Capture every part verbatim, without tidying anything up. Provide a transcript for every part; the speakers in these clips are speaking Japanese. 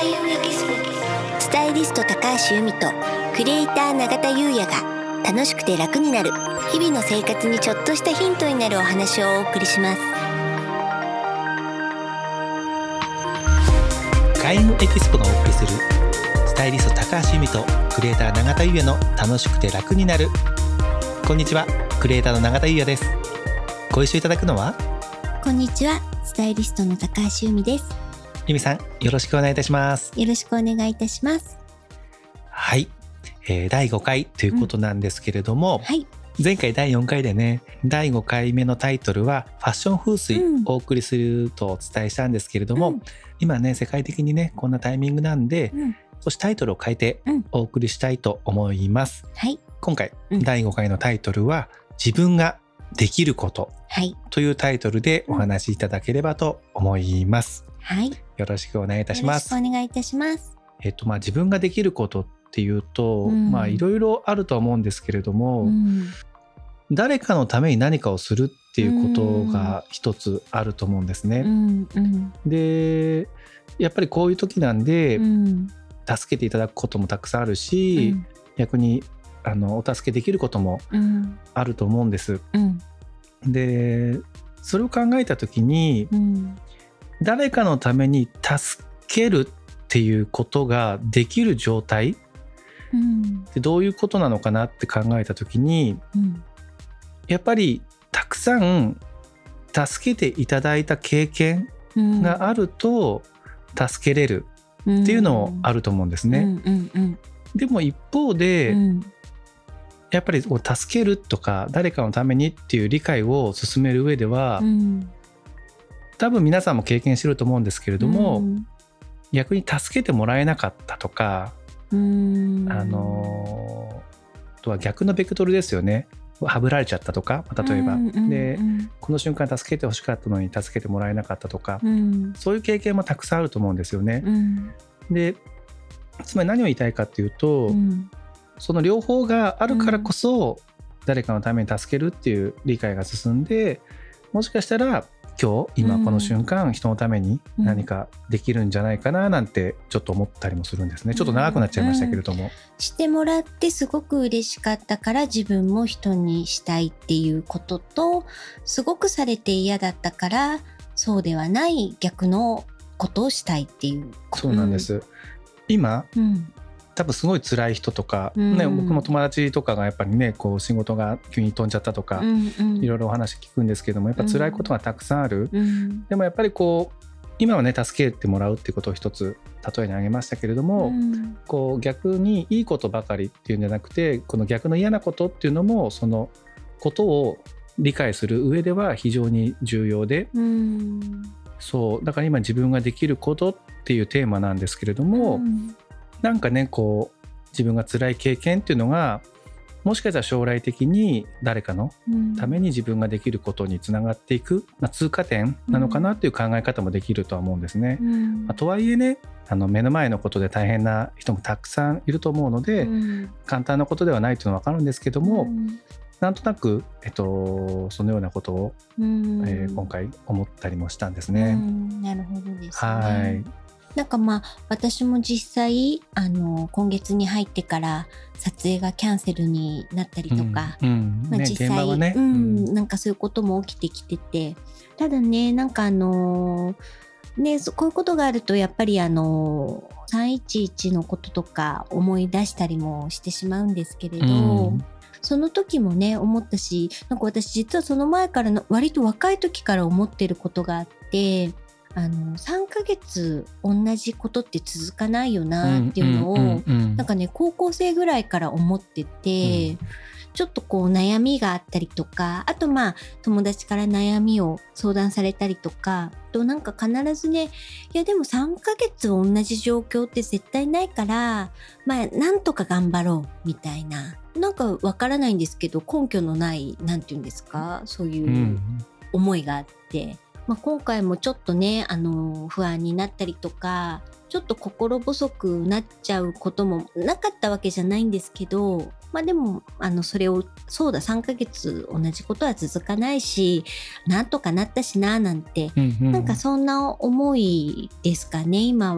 開運エキスポ。スタイリスト高橋由美とクリエイター永田優也が楽しくて楽になる日々の生活にちょっとしたヒントになるお話をお送りします。 開運エキスポがお送りするスタイリスト高橋由美とクリエイター永田優也の楽しくて楽になる。こんにちは、クリエイターの永田優也です。ご一緒いただくのは、 こんにちは、スタイリストの高橋由美です。 由美さん、よろしくお願いいたします。 よろしくお願いいたします。 はい、えー、だいごかいということなんですけれども、 うん、はい、 前回だいよんかいでね、だいごかいめのタイトルはファッション風水をお送りするとお伝えしたんですけれども、うん、今ね世界的にねこんなタイミングなんで、うん、少しタイトルを変えてお送りしたいと思います、うん、はい、今回、うん、だいごかいのタイトルは自分ができること、はい、というタイトルでお話しいただければと思います、はい、よろしくお願いいたします。 よろしくお願いいたします。 えっとまあ自分ができることっていうと、うん、まあいろいろあると思うんですけれども、うん、誰かのために何かをするっていうことが一つあると思うんですね、うんうん、でやっぱりこういう時なんで、うん、助けていただくこともたくさんあるし、うん、逆にあのお助けできることもあると思うんです、うん、でそれを考えた時に、うん、誰かのために助けるっていうことができる状態、うん、でどういうことなのかなって考えた時に、うん、やっぱりたくさん助けていただいた経験があると助けれるっていうのもあると思うんですね、うんうんうん、でも一方で、うん、やっぱり助けるとか誰かのためにっていう理解を進める上では、うん、多分皆さんも経験してると思うんですけれども、うん、逆に助けてもらえなかったとか、うん、あのあとは逆のベクトルですよね。はぶられちゃったとか、例えば、うんうんうん、でこの瞬間助けてほしかったのに助けてもらえなかったとか、うん、そういう経験もたくさんあると思うんですよね、うん、でつまり何を言いたいかっていうと、うん、その両方があるからこそ、うん、誰かのために助けるっていう理解が進んで、もしかしたら今日今この瞬間、うん、人のために何かできるんじゃないかななんてちょっと思ったりもするんですね。ちょっと長くなっちゃいましたけれども、うんうん、 してもらってすごく嬉しかったから自分も人にしたいっていうことと、すごくされて嫌だったからそうではない逆のことをしたいっていうこと。 そうなんです、うん、今、うん多分すごい辛い人とか、うんね、僕の友達とかがやっぱりねこう仕事が急に飛んじゃったとか、うんうん、いろいろお話聞くんですけども、やっぱ辛いことがたくさんある、うん、でもやっぱりこう今はね助けてもらうっていうことを一つ例えに挙げましたけれども、うん、こう逆にいいことばかりっていうんじゃなくて、この逆の嫌なことっていうのもそのことを理解する上では非常に重要で、うん、そうだから今自分ができることっていうテーマなんですけれども、うんなんかねこう自分が辛い経験っていうのがもしかしたら将来的に誰かのために自分ができることにつながっていく、うんまあ、通過点なのかなっていう考え方もできるとは思うんですね、うんまあ、とはいえねあの目の前のことで大変な人もたくさんいると思うので、うん、簡単なことではないというのは分かるんですけども、うん、なんとなく、えっと、そのようなことを、うんえー、今回思ったりもしたんですね、うん、 なるほどですね。 はいなんかまあ私も実際あの今月に入ってから撮影がキャンセルになったりとか、うんうんまあ、実際、ね現場はねうん、なんかそういうことも起きてきてて、ただねなんかあのねこういうことがあるとやっぱりあのさんいちいちのこととか思い出したりもしてしまうんですけれど、うんその時もね思ったし、なんか私実はその前からの割と若い時から思ってることがあって、あのさんかげつ同じことって続かないよなっていうのを、うんうんうんうん、なんかね高校生ぐらいから思ってて、うん、ちょっとこう悩みがあったりとか、あとまあ友達から悩みを相談されたりとかとなんか必ずね、いやでもさんかげつ同じ状況って絶対ないからまあなんとか頑張ろうみたいな、なんかわからないんですけど根拠のないなんていうんですか、そういう思いがあって、うんまあ、今回もちょっとねあの不安になったりとかちょっと心細くなっちゃうこともなかったわけじゃないんですけど、まあでもあのそれをそうださんかげつ同じことは続かないしなんとかなったしななんて、うんうん、なんかそんな思いですかね今は。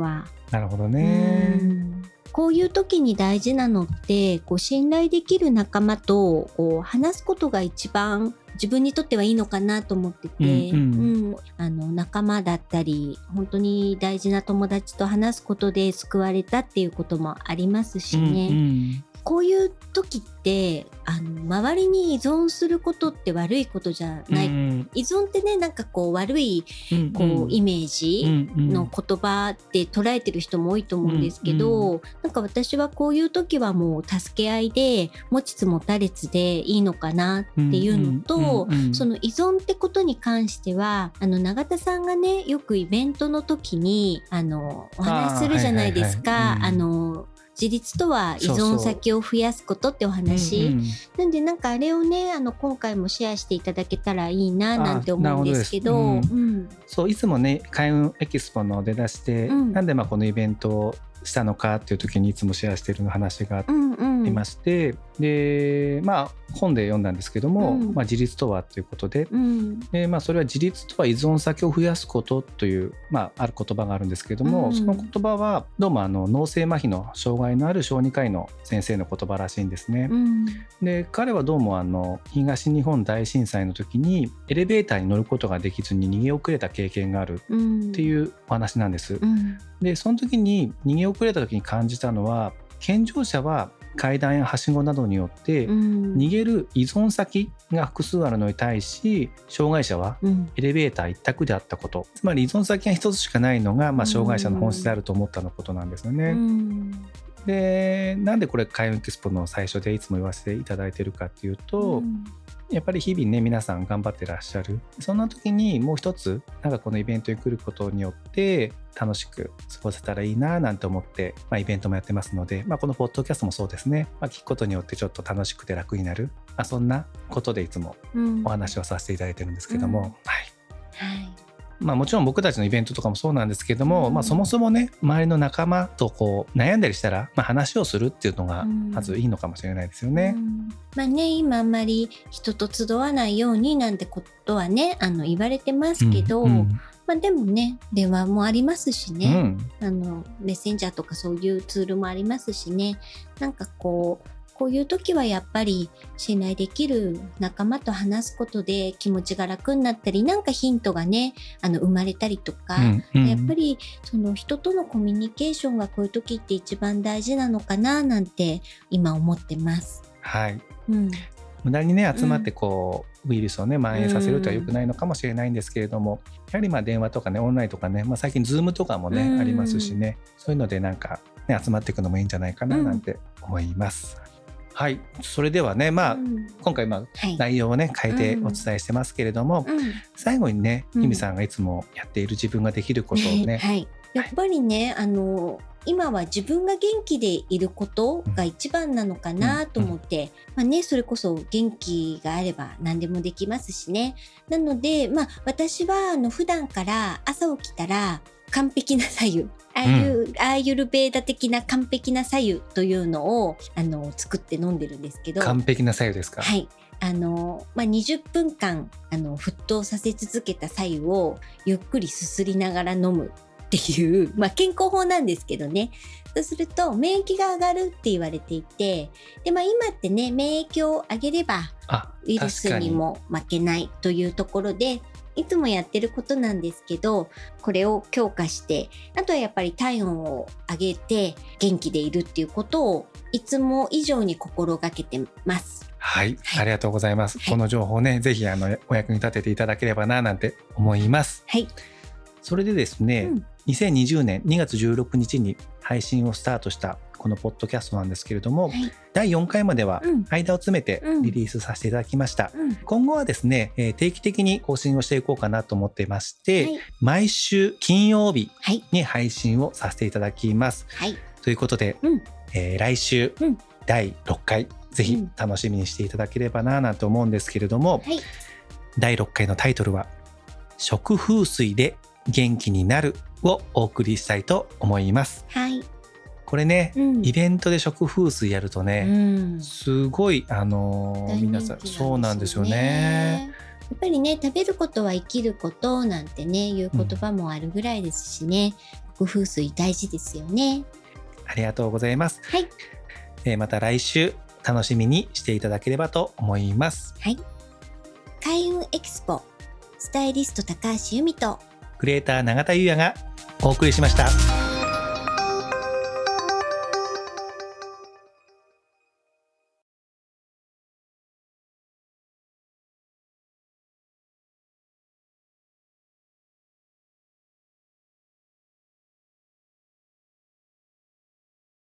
なるほどね。 うんこういう時に大事なのってこう信頼できる仲間とこう話すことが一番自分にとってはいいのかなと思ってて、うんうんうん、あの仲間だったり本当に大事な友達と話すことで救われたっていうこともありますしね、うんうん、こういう時ってあの周りに依存することって悪いことじゃない、うん、依存ってねなんかこう悪いこう、うんうん、イメージの言葉って捉えてる人も多いと思うんですけど、うんうん、なんか私はこういう時はもう助け合いで持ちつ持たれつでいいのかなっていうのと、うんうんうんうん、その依存ってことに関してはあの永田さんがねよくイベントの時にあのお話しするじゃないですか。あの自立とは依存先を増やすことってお話、そうそう、うんうん、なんでなんかあれをねあの今回もシェアしていただけたらいいななんて思うんですけど、ど、うんうん、 そういつもね開運エキスポの出だしで、うん、なんでまあこのイベントをしたのかっていう時にいつもシェアしている話がありまして、うんうん、でまあ本で読んだんですけども、うんまあ、自立とはということで、うんでまあ、それは自立とは依存先を増やすことという、まあ、ある言葉があるんですけども、うん、その言葉はどうもあの脳性麻痺の障害のある小児科医の先生の言葉らしいんですね、うん、で彼はどうもあの東日本大震災の時にエレベーターに乗ることができずに逃げ遅れた経験があるっていうお話なんです、うん、でその時に逃げ遅れた時に感じたのは健常者は階段やはしごなどによって逃げる依存先が複数あるのに対し障害者はエレベーター一択であったこと、うん、つまり依存先が一つしかないのが、まあ、障害者の本質であると思ったのことなんですよね、うん、でなんでこれ開運エキスポの最初でいつも言わせていただいているかっていうと、うんやっぱり日々ね皆さん頑張ってらっしゃる。そんな時にもう一つなんかこのイベントに来ることによって楽しく過ごせたらいいななんて思って、まあ、イベントもやってますので、まあ、このポッドキャストもそうですね、まあ、聞くことによってちょっと楽しくて楽になる、まあ、そんなことでいつもお話をさせていただいてるんですけども、うんうん、はい、はいまあ、もちろん僕たちのイベントとかもそうなんですけども、うんまあ、そもそもね周りの仲間とこう悩んだりしたら、まあ、話をするっていうのがまずいいのかもしれないですよね、うんまあね、今あんまり人と集わないようになんてことはねあの言われてますけど、うんうんまあ、でもね電話もありますしね、うん、あのメッセンジャーとかそういうツールもありますしねなんかこうこういう時はやっぱり信頼できる仲間と話すことで気持ちが楽になったりなんかヒントがねあの生まれたりとか、うんうん、やっぱりその人とのコミュニケーションがこういう時って一番大事なのかななんて今思ってます。 はい、うん、無駄にね集まってこう、うん、ウイルスをね蔓延させるとは良くないのかもしれないんですけれども、やはりまあ電話とかねオンラインとかね、まあ、最近ズームとかもね、うん、ありますしねそういうのでなんか、ね、集まっていくのもいいんじゃないかななんて思います、うんはい、それではね、まあ、うん、今回まあ、はい、内容をね変えてお伝えしてますけれども、うん、最後にね由美さんがいつもやっている自分ができることをね、 はい、やっぱりねあの今は自分が元気でいることが一番なのかなと思って、うんうんまあね、それこそ元気があれば何でもできますしねなので、まあ、私はあの普段から朝起きたら完璧な左右ああいう、うん、アーユルベーダ的な完璧な左右というのをあの作って飲んでるんですけど完璧な左右ですかはいあの、まあ、にじゅっぷんかんあの沸騰させ続けた左右をゆっくりすすりながら飲むっていう、まあ、健康法なんですけどねそうすると免疫が上がるって言われていてで、まあ、今ってね免疫を上げればウイルスにも負けないというところでいつもやってることなんですけどこれを強化してあとはやっぱり体温を上げて元気でいるっていうことをいつも以上に心がけてます。 はい、はい、ありがとうございます、はい、この情報ねぜひあのお役に立てていただければななんて思います。 はいそれでですね、うん、にせんにじゅうねんにがつじゅうろくにちに配信をスタートしたこのポッドキャストなんですけれども、はい、だいよんかいまでは間を詰めてリリースさせていただきました、うんうん、今後はですね、えー、定期的に更新をしていこうかなと思っていまして、はい、毎週金曜日に配信をさせていただきます、はい、ということで、うんえー、来週、うん、だいろっかいぜひ楽しみにしていただければななんて思うんですけれども、はい、だいろっかいのタイトルは食風水で元気になるをお送りしたいと思います。 はい。 これね、うん、イベントで食風水やるとね、うん、すごいあのー、皆さんそうなんですよね。 っぱりね、食べることは生きることなんてね、いう言葉もあるぐらいですしね、うん、風水大事ですよね。 ありがとうございます。 はい。 えー、また来週楽しみにしていただければと思います。 はい。開運エキスポ、スタイリスト高橋由美とクリエイター永田優也がお送りしました。